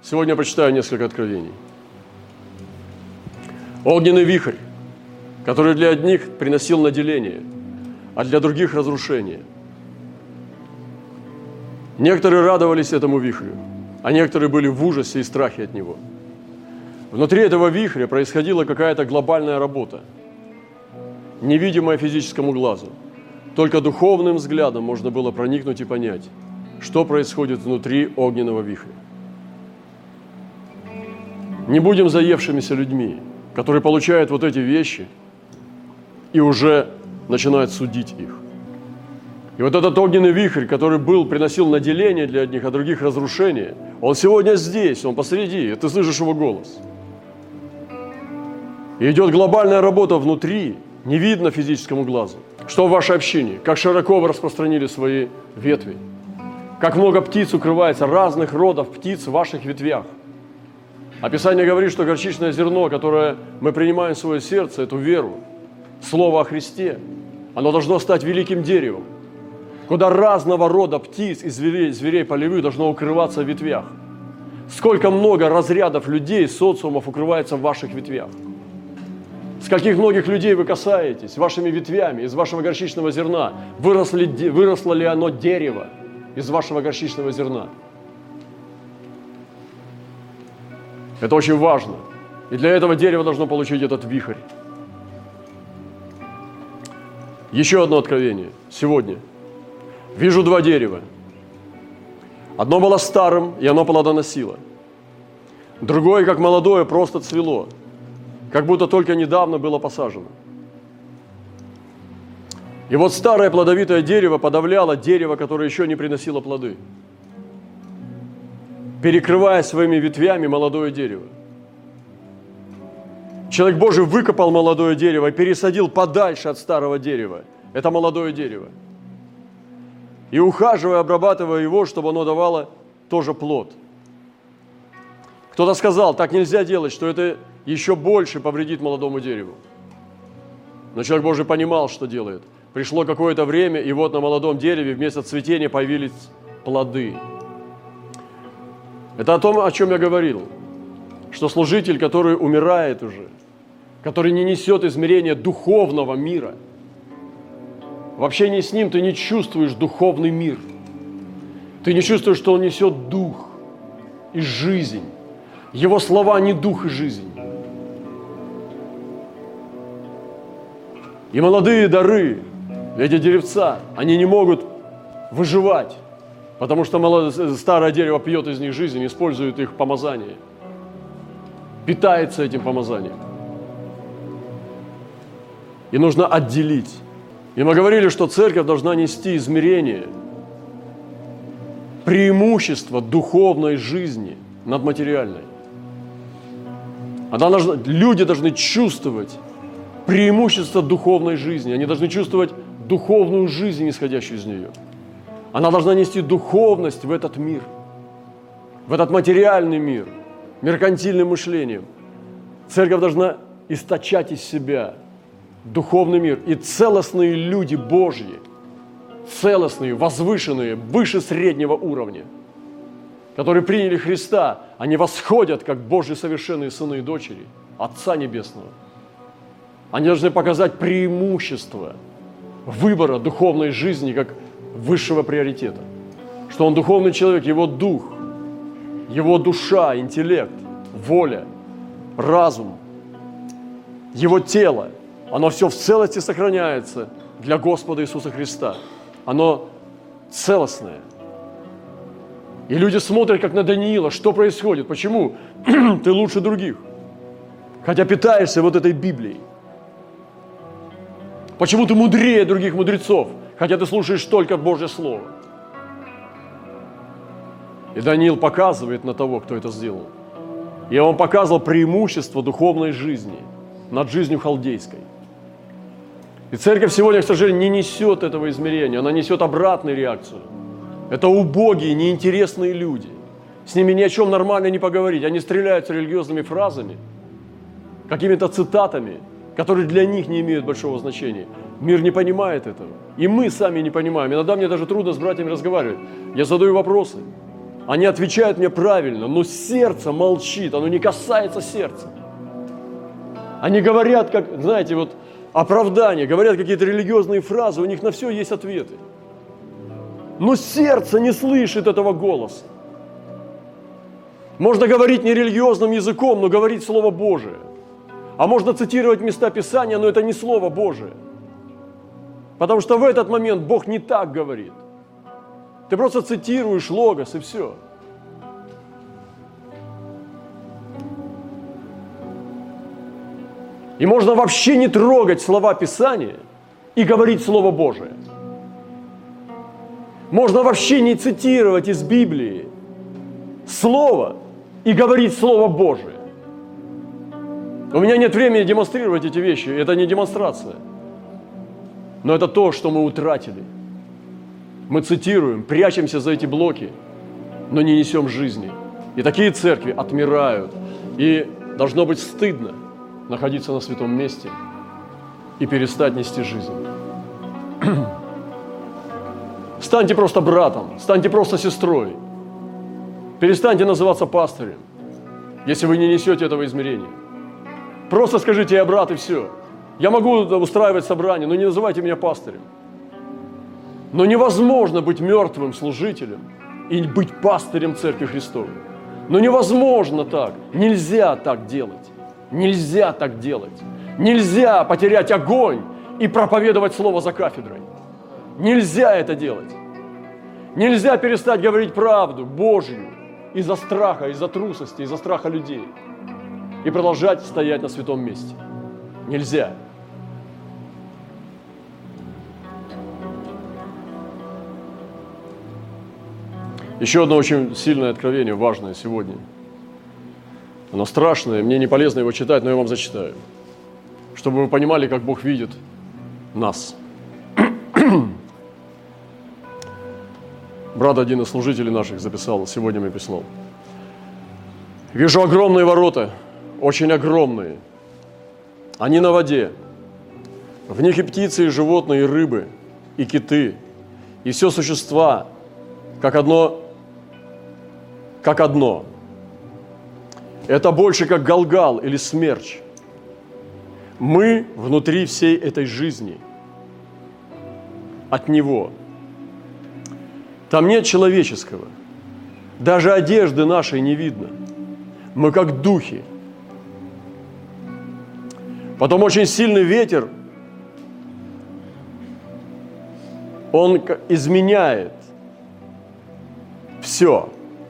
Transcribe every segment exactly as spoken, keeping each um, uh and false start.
Сегодня я прочитаю несколько откровений. Огненный вихрь, который для одних приносил наделение, а для других разрушение. Некоторые радовались этому вихрю, а некоторые были в ужасе и страхе от него. Внутри этого вихря происходила какая-то глобальная работа, невидимая физическому глазу. Только духовным взглядом можно было проникнуть и понять, что происходит внутри огненного вихря. Не будем заевшимися людьми, которые получают вот эти вещи и уже начинают судить их. И вот этот огненный вихрь, который был, приносил наделение для одних, а других разрушение, он сегодня здесь, он посреди, и ты слышишь его голос. И идет глобальная работа внутри, не видно физическому глазу. Что в вашей общине? Как широко вы распространили свои ветви? Как много птиц укрывается, разных родов птиц в ваших ветвях? Описание говорит, что горчичное зерно, которое мы принимаем в свое сердце, эту веру, Слово о Христе, оно должно стать великим деревом, куда разного рода птиц и зверей, зверей полевых должно укрываться в ветвях. Сколько много разрядов людей, социумов укрывается в ваших ветвях. С каких многих людей вы касаетесь вашими ветвями из вашего горчичного зерна? Выросли, выросло ли оно дерево из вашего горчичного зерна? Это очень важно. И для этого дерево должно получить этот вихрь. Еще одно откровение сегодня. Вижу два дерева. Одно было старым, и оно плодоносило. Другое, как молодое, просто цвело, как будто только недавно было посажено. И вот старое плодовитое дерево подавляло дерево, которое еще не приносило плоды, перекрывая своими ветвями молодое дерево. Человек Божий выкопал молодое дерево и пересадил подальше от старого дерева. Это молодое дерево. И ухаживая, обрабатывая его, чтобы оно давало тоже плод. Кто-то сказал, так нельзя делать, что это еще больше повредит молодому дереву. Но человек Божий понимал, что делает. Пришло какое-то время, и вот на молодом дереве вместо цветения появились плоды. Это о том, о чем я говорил, что служитель, который умирает уже, который не несет измерения духовного мира, в общении с ним ты не чувствуешь духовный мир. Ты не чувствуешь, что он несет дух и жизнь. Его слова не дух и жизнь. И молодые дары, эти деревца, они не могут выживать, потому что молодое, старое дерево пьет из них жизнь, использует их помазание, питается этим помазанием. И нужно отделить. И мы говорили, что церковь должна нести измерение, преимущество духовной жизни над материальной. Она должна, люди должны чувствовать преимущество духовной жизни. Они должны чувствовать духовную жизнь, исходящую из нее. Она должна нести духовность в этот мир, в этот материальный мир, меркантильным мышлением. Церковь должна источать из себя духовный мир. И целостные люди Божьи, целостные, возвышенные, выше среднего уровня, которые приняли Христа, они восходят, как Божьи совершенные сыны и дочери Отца Небесного. Они должны показать преимущество выбора духовной жизни как высшего приоритета. Что он духовный человек, его дух, его душа, интеллект, воля, разум, его тело, оно все в целости сохраняется для Господа Иисуса Христа. Оно целостное. И люди смотрят, как на Даниила, что происходит, почему ты лучше других, хотя питаешься вот этой Библией. Почему ты мудрее других мудрецов, хотя ты слушаешь только Божье Слово. И Даниил показывает на того, кто это сделал. И он показывал преимущество духовной жизни над жизнью халдейской. И церковь сегодня, к сожалению, не несет этого измерения, она несет обратную реакцию. Это убогие, неинтересные люди. С ними ни о чем нормально не поговорить. Они стреляются религиозными фразами, какими-то цитатами, которые для них не имеют большого значения. Мир не понимает этого. И мы сами не понимаем. Иногда мне даже трудно с братьями разговаривать. Я задаю вопросы. Они отвечают мне правильно, но сердце молчит, оно не касается сердца. Они говорят, как, знаете, вот оправдания, говорят какие-то религиозные фразы, у них на все есть ответы. Но сердце не слышит этого голоса. Можно говорить не религиозным языком, но говорить Слово Божие. А можно цитировать места Писания, но это не Слово Божие. Потому что в этот момент Бог не так говорит. Ты просто цитируешь логос и все. И можно вообще не трогать слова Писания и говорить Слово Божие. Можно вообще не цитировать из Библии Слово и говорить Слово Божие. У меня нет времени демонстрировать эти вещи, это не демонстрация. Но это то, что мы утратили. Мы цитируем, прячемся за эти блоки, но не несем жизни. И такие церкви отмирают. И должно быть стыдно находиться на святом месте и перестать нести жизнь. Станьте просто братом, станьте просто сестрой. Перестаньте называться пастырем, если вы не несете этого измерения. Просто скажите: я брат, и все. Я могу устраивать собрания, но не называйте меня пастырем. Но невозможно быть мертвым служителем и быть пастырем Церкви Христовой. Но невозможно так. Нельзя так делать. Нельзя так делать. Нельзя потерять огонь и проповедовать Слово за кафедрой. Нельзя это делать. Нельзя перестать говорить правду Божью из-за страха, из-за трусости, из-за страха людей и продолжать стоять на святом месте. Нельзя. Еще одно очень сильное откровение, важное сегодня. Оно страшное, мне не полезно его читать, но я вам зачитаю, чтобы вы понимали, как Бог видит нас. Брат, один из служителей наших, записал, сегодня мне прислал. Вижу огромные ворота, очень огромные. Они на воде. В них и птицы, и животные, и рыбы, и киты, и все существа, как одно, как одно. Это больше как Галгал или смерч. Мы внутри всей этой жизни. От Него. Там нет человеческого. Даже одежды нашей не видно. Мы как духи. Потом очень сильный ветер, он изменяет все.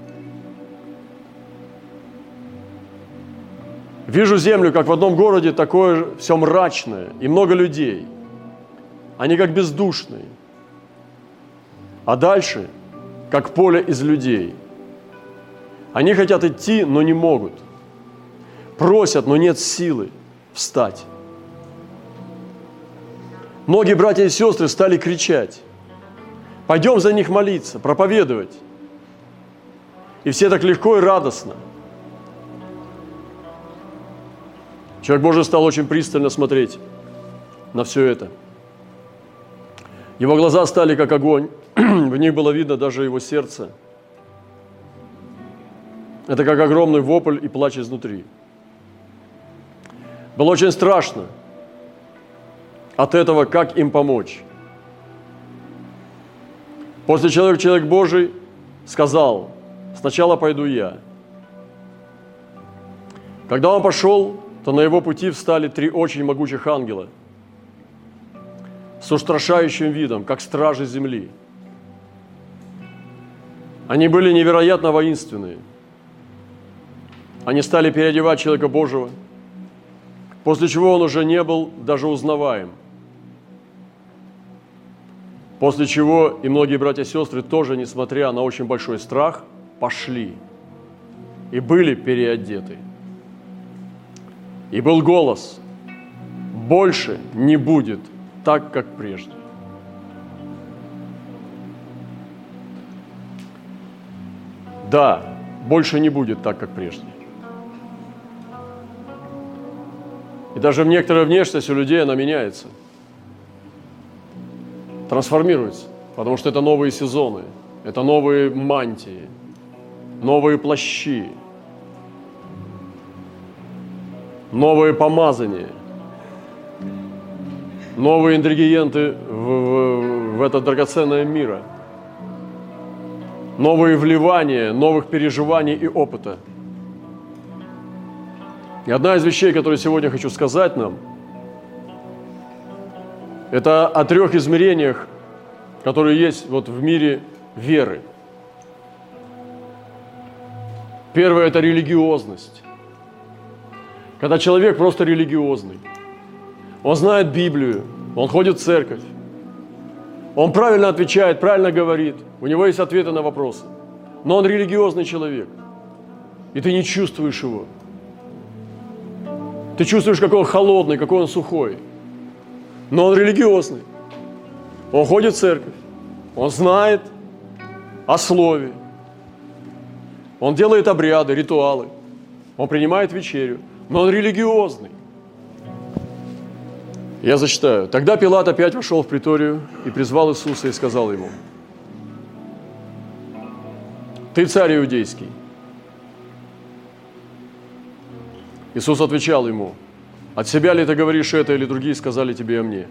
Вижу землю, как в одном городе, такое все мрачное, и много людей. Они как бездушные. А дальше, как поле из людей. Они хотят идти, но не могут. Просят, но нет силы встать. Многие братья и сестры стали кричать: пойдем за них молиться, проповедовать. И все так легко и радостно. Человек Божий стал очень пристально смотреть на все это. Его глаза стали как огонь, в них было видно даже его сердце. Это как огромный вопль и плач изнутри. Было очень страшно от этого, как им помочь. После человек, человек Божий сказал: сначала пойду я. Когда он пошел, то на его пути встали три очень могучих ангела с устрашающим видом, как стражи земли. Они были невероятно воинственные. Они стали переодевать человека Божьего, после чего он уже не был даже узнаваем. После чего и многие братья и сестры тоже, несмотря на очень большой страх, пошли и были переодеты. И был голос: больше не будет так, как прежде. Да, больше не будет так, как прежде. И даже некоторая внешность у людей, она меняется, трансформируется, потому что это новые сезоны, это новые мантии, новые плащи, новые помазания, новые ингредиенты в, в, в это драгоценное мира, новые вливания, новых переживаний и опыта. И одна из вещей, которую сегодня хочу сказать нам, это о трех измерениях, которые есть вот в мире веры. Первое – это религиозность. Когда человек просто религиозный. Он знает Библию, он ходит в церковь, он правильно отвечает, правильно говорит, у него есть ответы на вопросы. Но он религиозный человек, и ты не чувствуешь его. Ты чувствуешь, какой он холодный, какой он сухой. Но он религиозный. Он ходит в церковь, он знает о слове, он делает обряды, ритуалы, он принимает вечерю, но он религиозный. Я зачитаю. «Тогда Пилат опять вошел в приторию и призвал Иисуса и сказал ему: „Ты царь иудейский?“ Иисус отвечал ему: „От себя ли ты говоришь это, или другие сказали тебе о мне?“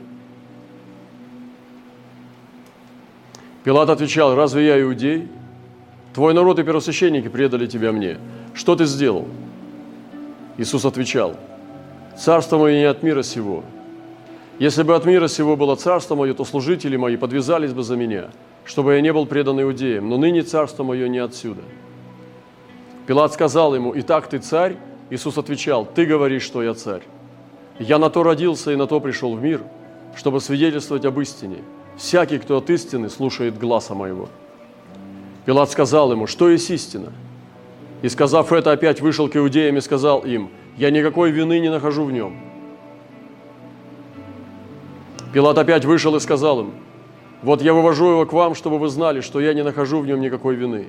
Пилат отвечал: „Разве я иудей? Твой народ и первосвященники предали тебя мне. Что ты сделал?“ Иисус отвечал: „Царство мое не от мира сего. Если бы от мира сего было царство мое, то служители мои подвязались бы за меня, чтобы я не был предан иудеям, но ныне царство мое не отсюда“. Пилат сказал ему: „Итак, ты царь?“ Иисус отвечал: „Ты говоришь, что я царь. Я на то родился и на то пришел в мир, чтобы свидетельствовать об истине. Всякий, кто от истины, слушает гласа моего“. Пилат сказал ему: „Что есть истина?“ И, сказав это, опять вышел к иудеям и сказал им: „Я никакой вины не нахожу в нем“. Пилат опять вышел и сказал им: „Вот я вывожу его к вам, чтобы вы знали, что я не нахожу в нем никакой вины“.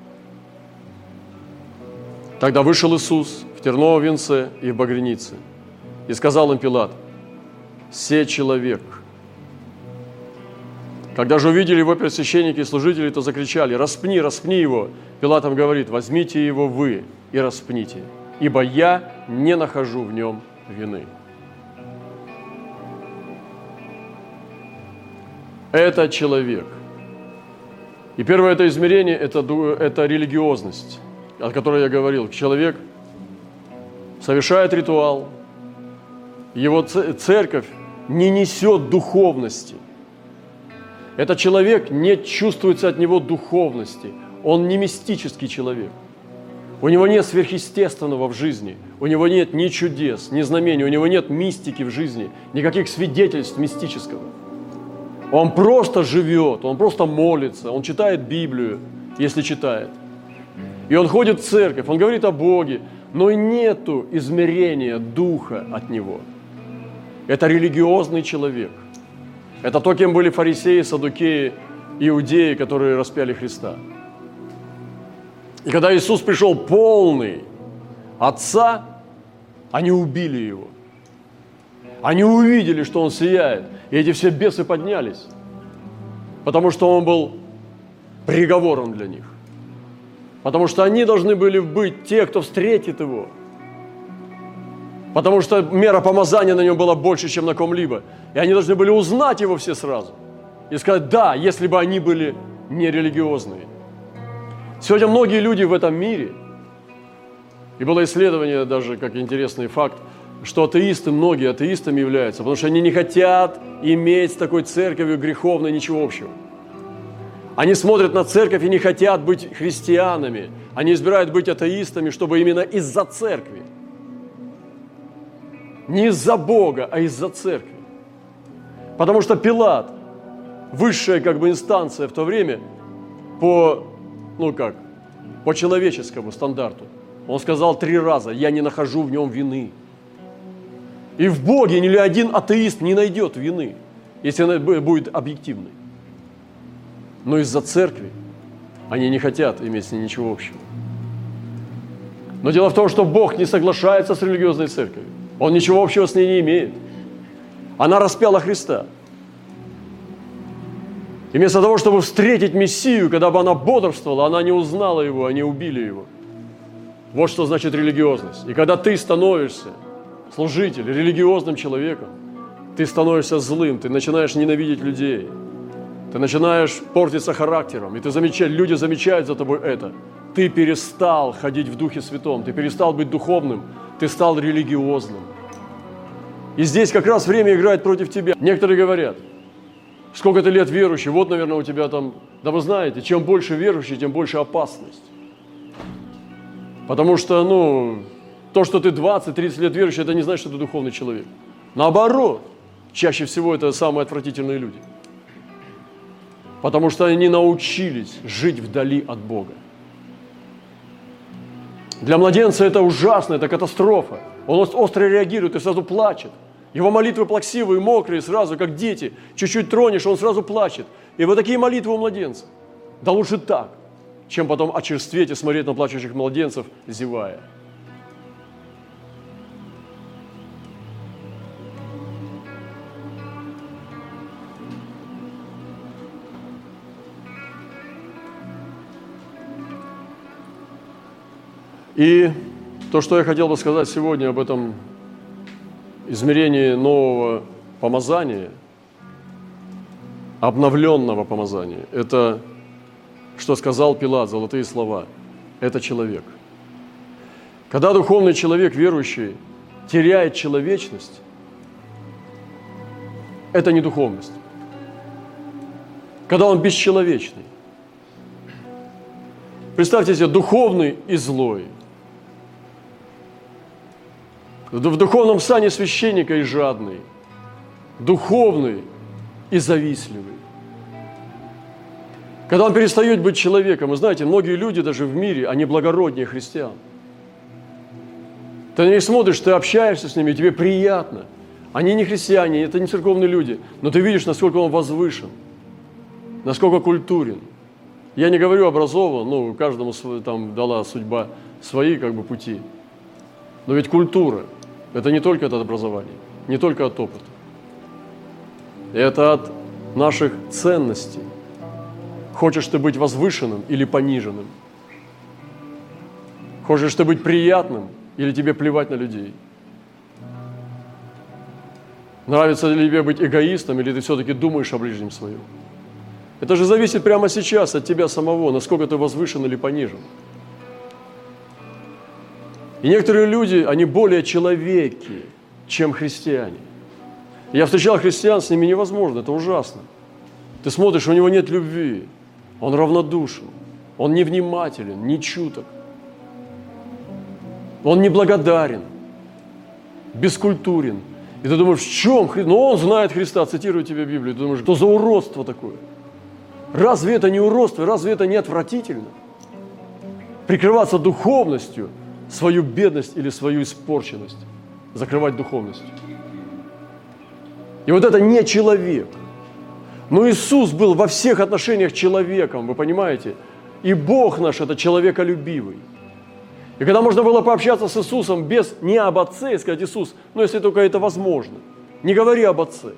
Тогда вышел Иисус в терновом венце и в багрянице, и сказал им Пилат: „Се человек“. Когда же увидели его первосвященники и служители, то закричали: „Распни, распни его!“ Пилат им говорит: „Возьмите его вы и распните, ибо я не нахожу в нем вины“. Это человек. И первое это измерение – это, это религиозность, о которой я говорил. Человек совершает ритуал, его церковь не несет духовности. Этот человек не чувствуется от него духовности. Он не мистический человек. У него нет сверхъестественного в жизни. У него нет ни чудес, ни знамений. У него нет мистики в жизни, никаких свидетельств мистического. Он просто живет, он просто молится, он читает Библию, если читает. И он ходит в церковь, он говорит о Боге, но нету измерения духа от него. Это религиозный человек. Это то, кем были фарисеи, саддукеи, иудеи, которые распяли Христа. И когда Иисус пришел полный Отца, они убили Его. Они увидели, что Он сияет, и эти все бесы поднялись, потому что Он был приговором для них. Потому что они должны были быть те, кто встретит Его. Потому что мера помазания на Нем была больше, чем на ком-либо. И они должны были узнать Его все сразу. И сказать: да, если бы они были нерелигиозные. Сегодня многие люди в этом мире, и было исследование даже, как интересный факт, что атеисты, многие атеистами являются, потому что они не хотят иметь с такой церковью греховной ничего общего. Они смотрят на церковь и не хотят быть христианами. Они избирают быть атеистами, чтобы именно из-за церкви. Не из-за Бога, а из-за церкви. Потому что Пилат, высшая как бы инстанция в то время, по, ну как, по человеческому стандарту, он сказал три раза: «Я не нахожу в нем вины». И в Боге ни один атеист не найдет вины, если она будет объективной. Но из-за церкви они не хотят иметь с ней ничего общего. Но дело в том, что Бог не соглашается с религиозной церковью. Он ничего общего с ней не имеет. Она распяла Христа. И вместо того, чтобы встретить Мессию, когда бы она бодрствовала, она не узнала его, они убили его. Вот что значит религиозность. И когда ты становишься служителем, религиозным человеком, ты становишься злым, ты начинаешь ненавидеть людей, ты начинаешь портиться характером, и ты замечаешь, люди замечают за тобой это. Ты перестал ходить в Духе Святом, ты перестал быть духовным, ты стал религиозным. И здесь как раз время играет против тебя. Некоторые говорят: сколько ты лет верующий, вот, наверное, у тебя там... Да вы знаете, чем больше верующий, тем больше опасность. Потому что, ну, то, что ты двадцать-тридцать лет верующий, это не значит, что ты духовный человек. Наоборот, чаще всего это самые отвратительные люди. Потому что они научились жить вдали от Бога. Для младенца это ужасно, это катастрофа. Он остро реагирует и сразу плачет. Его молитвы плаксивые, мокрые, сразу, как дети. Чуть-чуть тронешь, он сразу плачет. И вот такие молитвы у младенца. Да лучше так, чем потом очерстветь и смотреть на плачущих младенцев, зевая. И то, что я хотел бы сказать сегодня об этом измерении нового помазания, обновленного помазания, это, что сказал Пилат, золотые слова, это человек. Когда духовный человек, верующий, теряет человечность, это не духовность. Когда он бесчеловечный. Представьте себе, духовный и злой. В духовном сане священника и жадный, духовный и завистливый. Когда он перестает быть человеком, вы знаете, многие люди даже в мире, они благороднее христиан. Ты на них смотришь, ты общаешься с ними, тебе приятно. Они не христиане, это не церковные люди, но ты видишь, насколько он возвышен, насколько культурен. Я не говорю образован, ну, каждому там дала судьба свои как бы пути. Но ведь культура – это не только от образования, не только от опыта. Это от наших ценностей. Хочешь ты быть возвышенным или пониженным? Хочешь ты быть приятным или тебе плевать на людей? Нравится ли тебе быть эгоистом или ты все-таки думаешь о ближнем своем? Это же зависит прямо сейчас от тебя самого, насколько ты возвышен или понижен. И некоторые люди, они более человеки, чем христиане. Я встречал христиан, с ними невозможно, это ужасно. Ты смотришь, у него нет любви, он равнодушен, он невнимателен, не чуток, он неблагодарен, бескультурен. И ты думаешь, в чем Христ? Ну, он знает Христа, цитирую тебе Библию. Ты думаешь, что за уродство такое? Разве это не уродство, разве это не отвратительно? Прикрываться духовностью, свою бедность или свою испорченность закрывать духовностью. И вот это не человек. Но Иисус был во всех отношениях человеком, вы понимаете? И Бог наш – это человеколюбивый. И когда можно было пообщаться с Иисусом без не об Отце и сказать: Иисус, ну если только это возможно, не говори об Отце.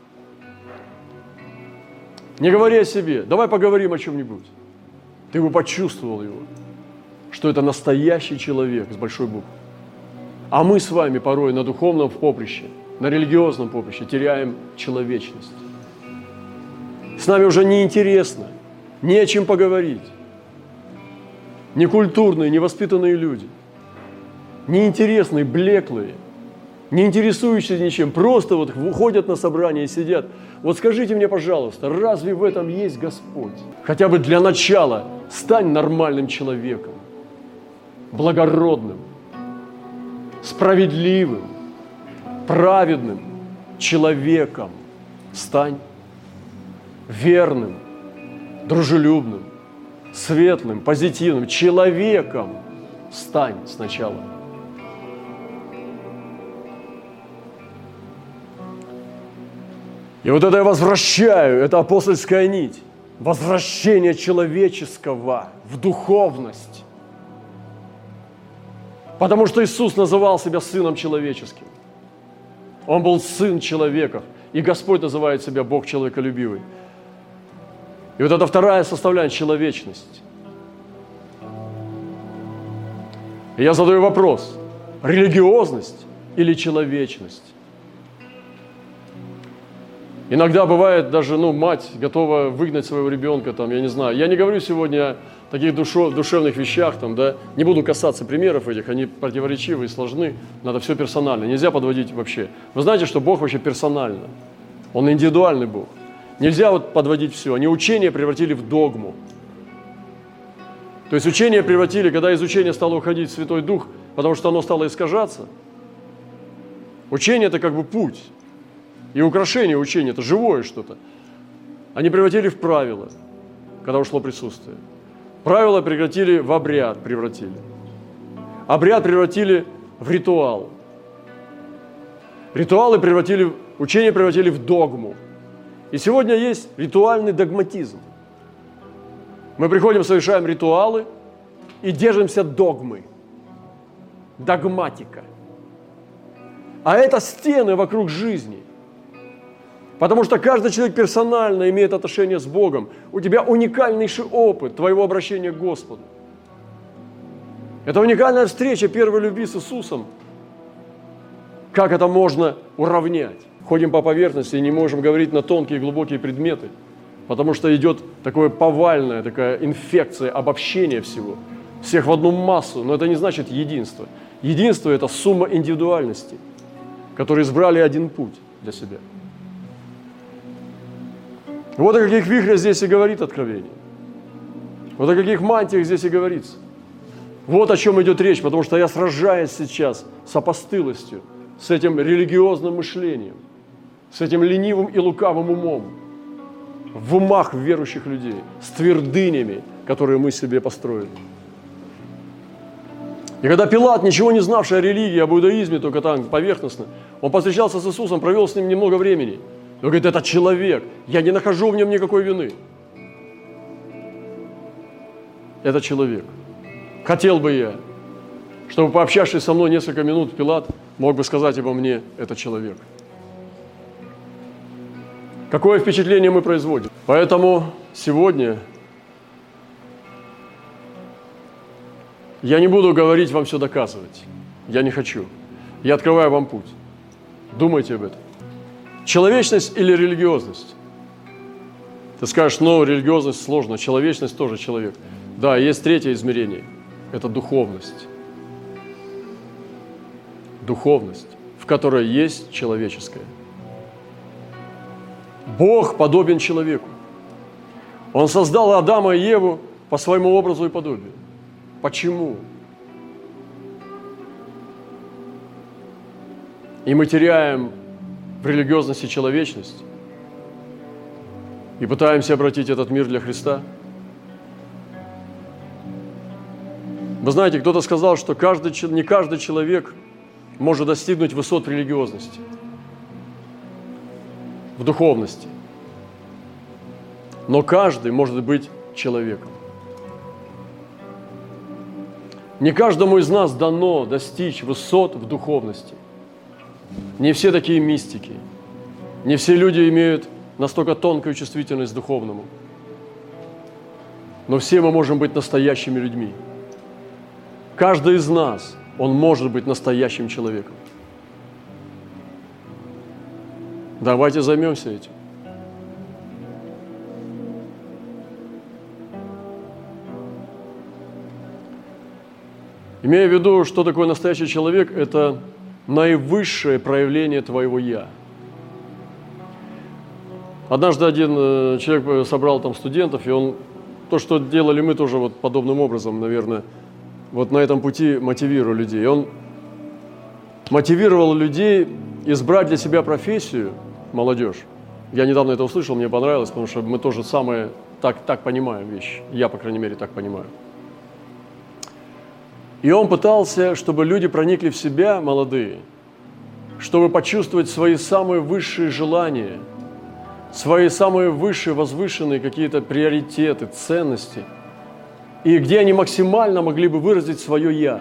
Не говори о себе, давай поговорим о чем-нибудь. Ты бы почувствовал его, что это настоящий человек с большой буквы. А мы с вами порой на духовном поприще, на религиозном поприще теряем человечность. С нами уже неинтересно, не о чем поговорить. Некультурные, невоспитанные люди, неинтересные, блеклые, не интересующиеся ничем, просто вот уходят на собрание и сидят. Вот скажите мне, пожалуйста, разве в этом есть Господь? Хотя бы для начала стань нормальным человеком, благородным, справедливым, праведным человеком. Стань верным, дружелюбным, светлым, позитивным человеком. Стань сначала. И вот это я возвращаю, это апостольская нить. Возвращение человеческого в духовность. Потому что Иисус называл себя Сыном Человеческим. Он был Сын человеков. И Господь называет себя Бог человеколюбивый. И вот это вторая составляющая – человечность. И я задаю вопрос: религиозность или человечность? Иногда бывает даже, ну, мать готова выгнать своего ребенка, там, я не знаю. Я не говорю сегодня о таких душев, душевных вещах, там, да, не буду касаться примеров этих, они противоречивы и сложны, надо все персонально, нельзя подводить вообще. Вы знаете, что Бог вообще персонально, Он индивидуальный Бог. Нельзя вот подводить все, они учение превратили в догму. То есть учение превратили, когда из учения стало уходить Святой Дух, потому что оно стало искажаться. Учение – это как бы путь. И украшение учения – это живое что-то. Они превратили в правила, когда ушло присутствие. Правила превратили в обряд, превратили. Обряд превратили в ритуал. Ритуалы превратили, учение превратили в догму. И сегодня есть ритуальный догматизм. Мы приходим, совершаем ритуалы и держимся догмы. Догматика. А это стены вокруг жизни. Потому что каждый человек персонально имеет отношение с Богом. У тебя уникальнейший опыт твоего обращения к Господу. Это уникальная встреча первой любви с Иисусом. Как это можно уравнять? Ходим по поверхности и не можем говорить на тонкие и глубокие предметы, потому что идет такое повальная такая инфекция, обобщение всего. Всех в одну массу, но это не значит единство. Единство – это сумма индивидуальностей, которые избрали один путь для себя. Вот о каких вихрях здесь и говорит Откровение. Вот о каких мантиях здесь и говорится. Вот о чем идет речь, потому что я сражаюсь сейчас с опостылостью, с этим религиозным мышлением, с этим ленивым и лукавым умом, в умах верующих людей, с твердынями, которые мы себе построили. И когда Пилат, ничего не знавший о религии, об иудаизме, только там поверхностно, он повстречался с Иисусом, провел с ним немного времени. Он говорит: это человек, я не нахожу в нем никакой вины. Это человек. Хотел бы я, чтобы, пообщавшись со мной несколько минут, Пилат мог бы сказать обо мне: это человек. Какое впечатление мы производим? Поэтому сегодня я не буду говорить вам все доказывать. Я не хочу. Я открываю вам путь. Думайте об этом. Человечность или религиозность? Ты скажешь: ну, религиозность сложно, человечность тоже человек. Да, есть третье измерение. Это духовность. Духовность, в которой есть человеческое. Бог подобен человеку. Он создал Адама и Еву по своему образу и подобию. Почему? И мы теряем в религиозности человечность и пытаемся обратить этот мир для Христа. Вы знаете, кто-то сказал, что каждый, не каждый человек может достигнуть высот религиозности, в духовности. Но каждый может быть человеком. Не каждому из нас дано достичь высот в духовности. Не все такие мистики. Не все люди имеют настолько тонкую чувствительность к духовному. Но все мы можем быть настоящими людьми. Каждый из нас, он может быть настоящим человеком. Давайте займемся этим. Имея в виду, что такое настоящий человек, это наивысшее проявление твоего «я». Однажды один человек собрал там студентов, и он, то, что делали мы тоже вот подобным образом, наверное, вот на этом пути мотивировал людей. Он мотивировал людей избрать для себя профессию, молодежь. Я недавно это услышал, мне понравилось, потому что мы тоже самое так, так понимаем вещи. Я, по крайней мере, так понимаю. И он пытался, чтобы люди проникли в себя, молодые, чтобы почувствовать свои самые высшие желания, свои самые высшие, возвышенные какие-то приоритеты, ценности, и где они максимально могли бы выразить свое «я».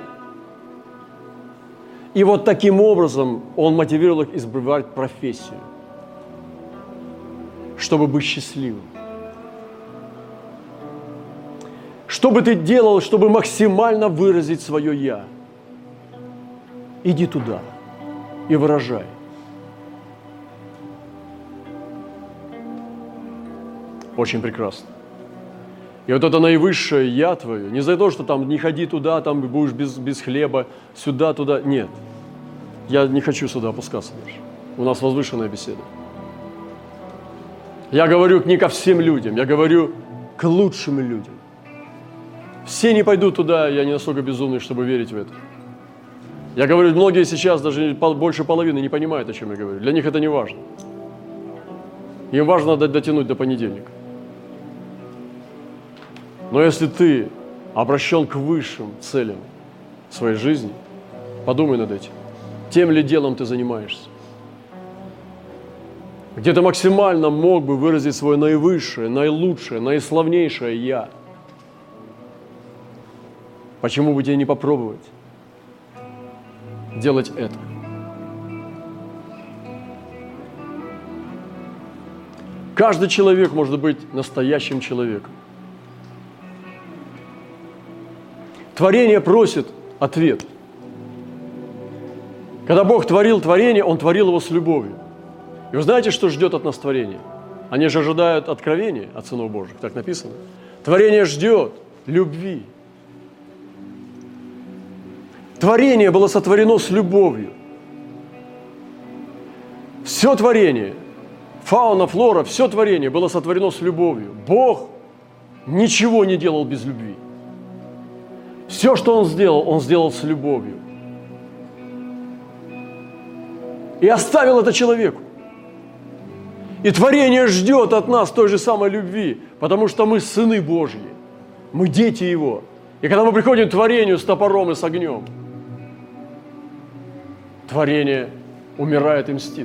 И вот таким образом он мотивировал их избрать профессию, чтобы быть счастливым. Что бы ты делал, чтобы максимально выразить свое «я»? Иди туда и выражай. Очень прекрасно. И вот это наивысшее «я» твое, не за то, что там не ходи туда, там будешь без, без хлеба, сюда, туда. Нет. Я не хочу сюда опускаться даже. У нас возвышенная беседа. Я говорю не ко всем людям, я говорю к лучшим людям. Все не пойдут туда, я не настолько безумный, чтобы верить в это. Я говорю, многие сейчас, даже больше половины, не понимают, о чем я говорю. Для них это не важно. Им важно дотянуть до понедельника. Но если ты обращен к высшим целям своей жизни, подумай над этим. Тем ли делом ты занимаешься? Где ты максимально мог бы выразить свое наивысшее, наилучшее, наиславнейшее «я». Почему бы тебе не попробовать делать это? Каждый человек может быть настоящим человеком. Творение просит ответ. Когда Бог творил творение, Он творил его с любовью. И вы знаете, что ждет от нас творение? Они же ожидают откровения от сынов Божьих, так написано. Творение ждет любви. Творение было сотворено с любовью. Все творение, фауна, флора, все творение было сотворено с любовью. Бог ничего не делал без любви. Все, что Он сделал, Он сделал с любовью. И оставил это человеку. И творение ждет от нас той же самой любви, потому что мы сыны Божьи, мы дети Его. И когда мы приходим к творению с топором и с огнем, творение умирает и мстит.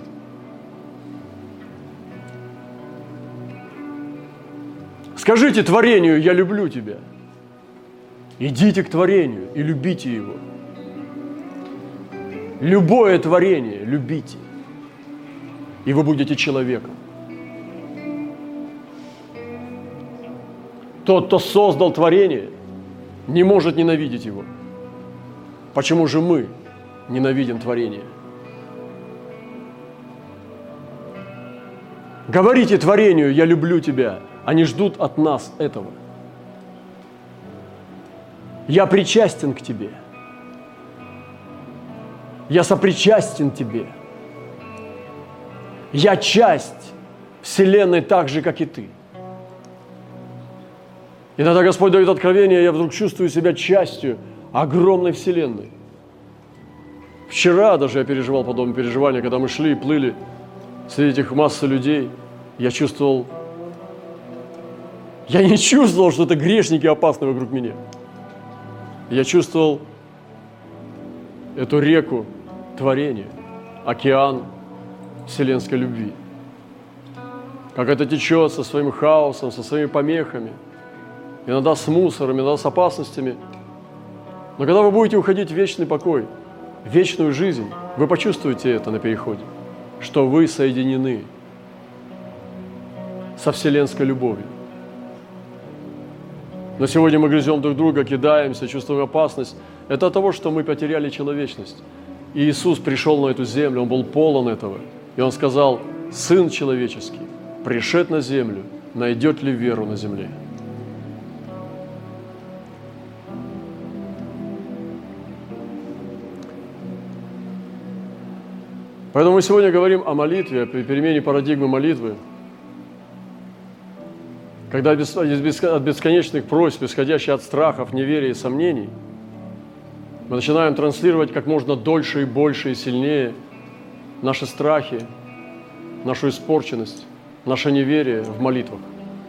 Скажите творению: «Я люблю тебя». Идите к творению и любите его. Любое творение любите, и вы будете человеком. Тот, кто создал творение, не может ненавидеть его. Почему же мы ненавидим творение? Говорите творению: «Я люблю тебя». Они ждут от нас этого. Я причастен к тебе. Я сопричастен тебе. Я часть Вселенной так же, как и ты. Иногда Господь дает откровение, я вдруг чувствую себя частью огромной Вселенной. Вчера даже я переживал подобные переживания, когда мы шли и плыли среди этих массы людей. Я чувствовал, я не чувствовал, что это грешники опасны вокруг меня. Я чувствовал эту реку творения, океан вселенской любви. Как это течет со своим хаосом, со своими помехами, иногда с мусором, иногда с опасностями. Но когда вы будете уходить в вечный покой, в вечную жизнь, вы почувствуете это на переходе, что вы соединены со вселенской любовью. Но сегодня мы грызем друг друга, кидаемся, чувствуем опасность. Это от того, что мы потеряли человечность. И Иисус пришел на эту землю, Он был полон этого. И Он сказал: «Сын человеческий, пришед на землю, найдет ли веру на земле?» Поэтому мы сегодня говорим о молитве, о перемене парадигмы молитвы. Когда от бесконечных просьб, исходящих от страхов, неверия и сомнений, мы начинаем транслировать как можно дольше и больше и сильнее наши страхи, нашу испорченность, наше неверие в молитвах.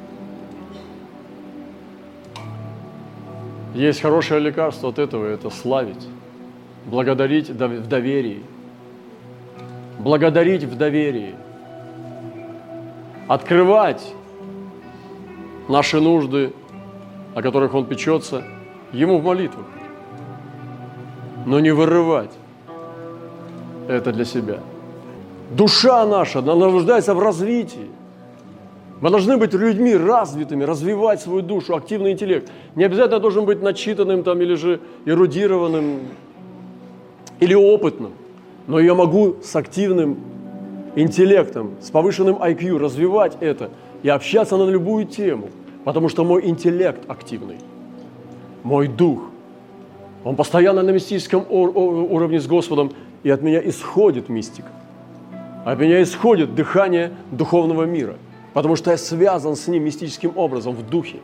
Есть хорошее лекарство от этого – это славить, благодарить в доверии, благодарить в доверии, открывать наши нужды, о которых Он печется, Ему в молитвах, но не вырывать это для себя. Душа наша, она нуждается в развитии. Мы должны быть людьми развитыми, развивать свою душу, активный интеллект. Не обязательно должен быть начитанным там, или же эрудированным, или опытным. Но я могу с активным интеллектом, с повышенным ай кью развивать это и общаться на любую тему, потому что мой интеллект активный, мой дух, он постоянно на мистическом уровне с Господом, и от меня исходит мистика, от меня исходит дыхание духовного мира, потому что я связан с ним мистическим образом в духе.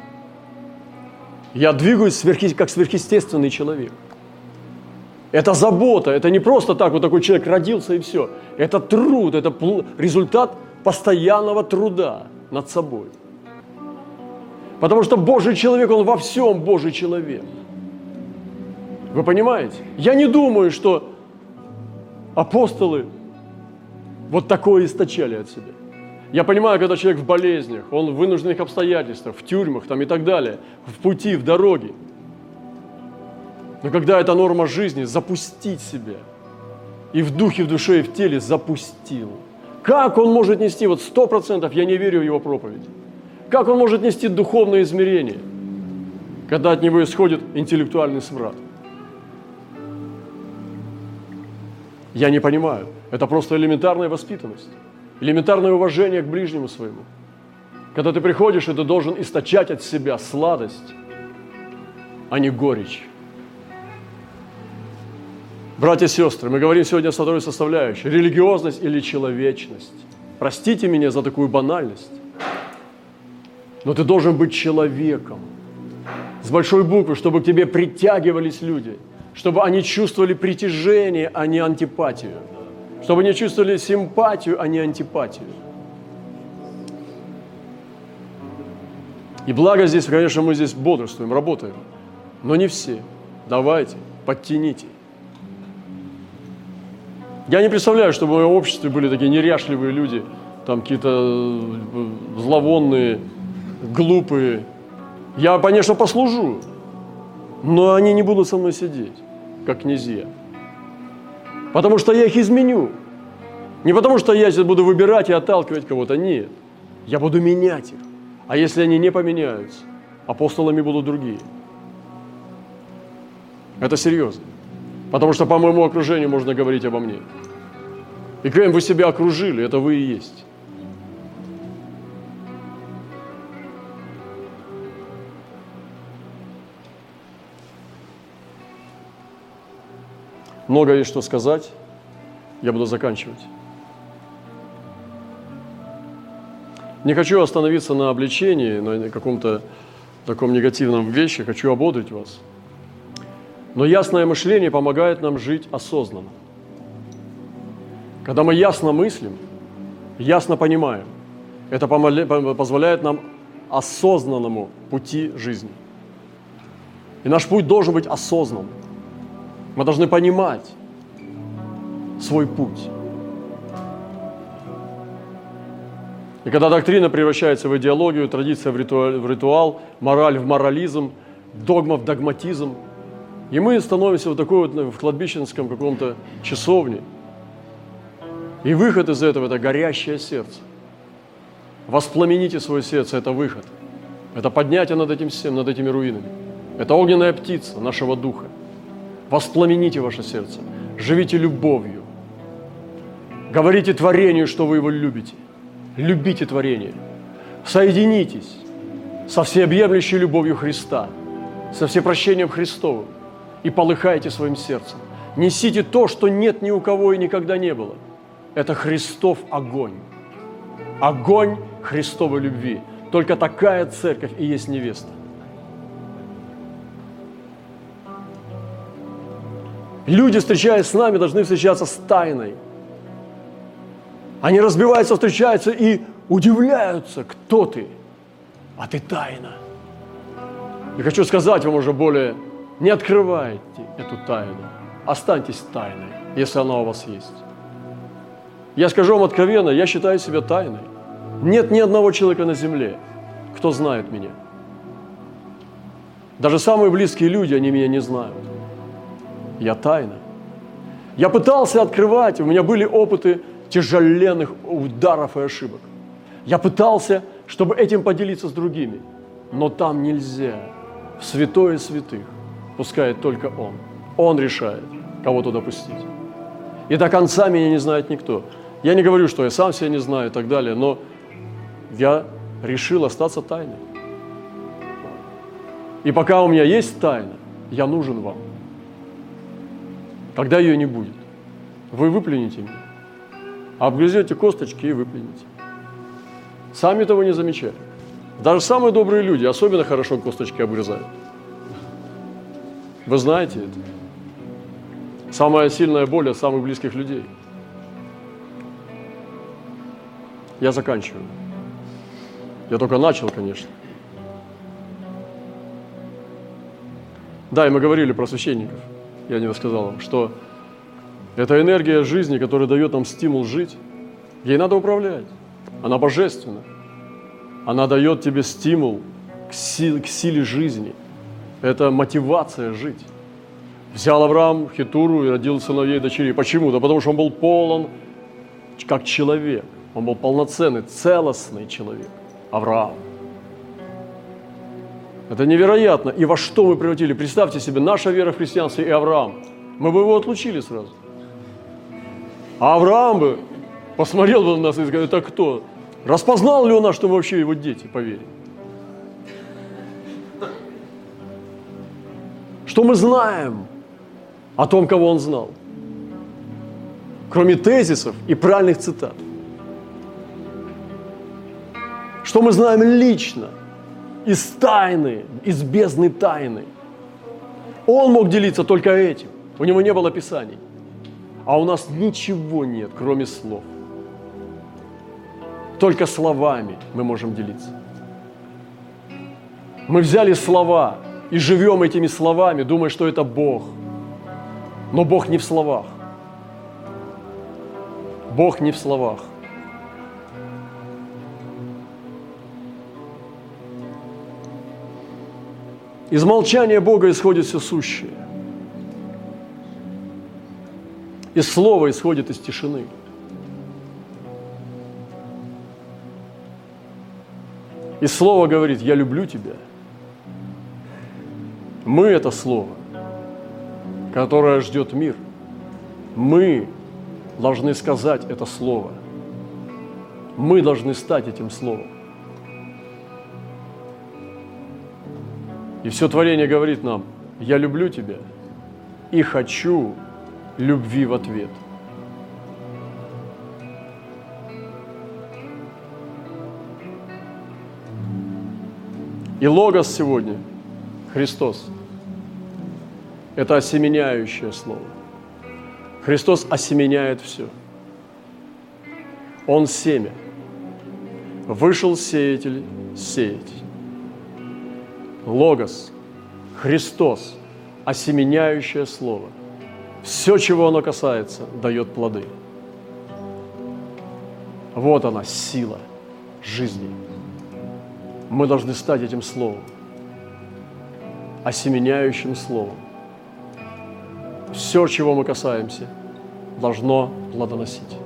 Я двигаюсь сверхъ... как сверхъестественный человек. Это забота, это не просто так, вот такой человек родился и все. Это труд, это результат постоянного труда над собой. Потому что Божий человек, он во всем Божий человек. Вы понимаете? Я не думаю, что апостолы вот такое источали от себя. Я понимаю, когда человек в болезнях, он в вынужденных обстоятельствах, в тюрьмах там и так далее, в пути, в дороге. Но когда это норма жизни, запустить себя, и в духе, в душе, и в теле запустил. Как он может нести, вот сто процентов я не верю в его проповедь, как он может нести духовное измерение, когда от него исходит интеллектуальный смрад? Я не понимаю. Это просто элементарная воспитанность, элементарное уважение к ближнему своему. Когда ты приходишь, и ты должен источать от себя сладость, а не горечь. Братья и сестры, мы говорим сегодня о второй составляющей – религиозность или человечность. Простите меня за такую банальность, но ты должен быть человеком с большой буквы, чтобы к тебе притягивались люди, чтобы они чувствовали притяжение, а не антипатию, чтобы они чувствовали симпатию, а не антипатию. И благо здесь, конечно, мы здесь бодрствуем, работаем, но не все. Давайте, подтяните. Я не представляю, чтобы в моем обществе были такие неряшливые люди, там какие-то зловонные, глупые. Я, конечно, послужу, но они не будут со мной сидеть, как князья. Потому что я их изменю. Не потому что я сейчас буду выбирать и отталкивать кого-то, нет. Я буду менять их. А если они не поменяются, апостолами будут другие. Это серьезно. Потому что по моему окружению можно говорить обо мне. И кем вы себя окружили, это вы и есть. Много есть что сказать. Я буду заканчивать. Не хочу остановиться на обличении, на каком-то таком негативном вещи. Хочу ободрить вас. Но ясное мышление помогает нам жить осознанно. Когда мы ясно мыслим, ясно понимаем, это позволяет нам осознанному пути жизни. И наш путь должен быть осознанным. Мы должны понимать свой путь. И когда доктрина превращается в идеологию, традиция в ритуал, в ритуал, мораль в морализм, догма в догматизм, и мы становимся вот такой вот в кладбищенском каком-то часовне. И выход из этого – это горящее сердце. Воспламените свое сердце – это выход. Это поднятие над этим всем, над этими руинами. Это огненная птица нашего духа. Воспламените ваше сердце. Живите любовью. Говорите творению, что вы его любите. Любите творение. Соединитесь со всеобъемлющей любовью Христа, со всепрощением Христовым. И полыхайте своим сердцем. Несите то, что нет ни у кого и никогда не было. Это Христов огонь. Огонь Христовой любви. Только такая церковь и есть невеста. Люди, встречаясь с нами, должны встречаться с тайной. Они разбиваются, встречаются и удивляются, кто ты. А ты тайна. И хочу сказать вам уже более, не открывайте эту тайну. Останьтесь тайной, если она у вас есть. Я скажу вам откровенно, я считаю себя тайной. Нет ни одного человека на земле, кто знает меня. Даже самые близкие люди, они меня не знают. Я тайна. Я пытался открывать, у меня были опыты тяжеленных ударов и ошибок. Я пытался, чтобы этим поделиться с другими, но там нельзя. В святое святых пускает только Он. Он решает, кого туда пустить. И до конца меня не знает никто. Я не говорю, что я сам себя не знаю и так далее, но я решил остаться тайной. И пока у меня есть тайна, я нужен вам. Когда ее не будет, вы выплюнете меня, обгрызете косточки и выплюнете. Сами того не замечая. Даже самые добрые люди особенно хорошо косточки обгрызают. Вы знаете это. Самая сильная боль от самых близких людей. Я заканчиваю. Я только начал, конечно. Да, и мы говорили про священников. Я не рассказал вам, что это энергия жизни, которая дает нам стимул жить. Ей надо управлять. Она божественна. Она дает тебе стимул к силе, к силе жизни. Это мотивация жить. Взял Авраам Хетуру и родил сыновей и дочерей. Почему? Да потому что он был полон как человек. Он был полноценный, целостный человек. Авраам. Это невероятно. И во что мы превратили? Представьте себе, наша вера в христианстве и Авраам. Мы бы его отлучили сразу. А Авраам бы посмотрел бы на нас и сказал: это кто? Распознал ли он нас, что мы вообще его дети по вере? Что мы знаем о том, кого он знал? Кроме тезисов и правильных цитат. Что мы знаем лично, из тайны, из бездны тайны. Он мог делиться только этим. У него не было писаний. А у нас ничего нет, кроме слов. Только словами мы можем делиться. Мы взяли слова и живем этими словами, думая, что это Бог. Но Бог не в словах. Бог не в словах. Из молчания Бога исходит все сущее. Из слова исходит из тишины. И слово говорит: я люблю тебя. Мы – это слово, которое ждет мир. Мы должны сказать это слово. Мы должны стать этим словом. И все творение говорит нам: я люблю тебя и хочу любви в ответ. И Логос сегодня, Христос, это осеменяющее слово. Христос осеменяет все. Он семя. Вышел сеятель сеять. Логос, Христос, осеменяющее слово. Все, чего оно касается, дает плоды. Вот она, сила жизни. Мы должны стать этим словом, осеменяющим словом. Все, чего мы касаемся, должно плодоносить.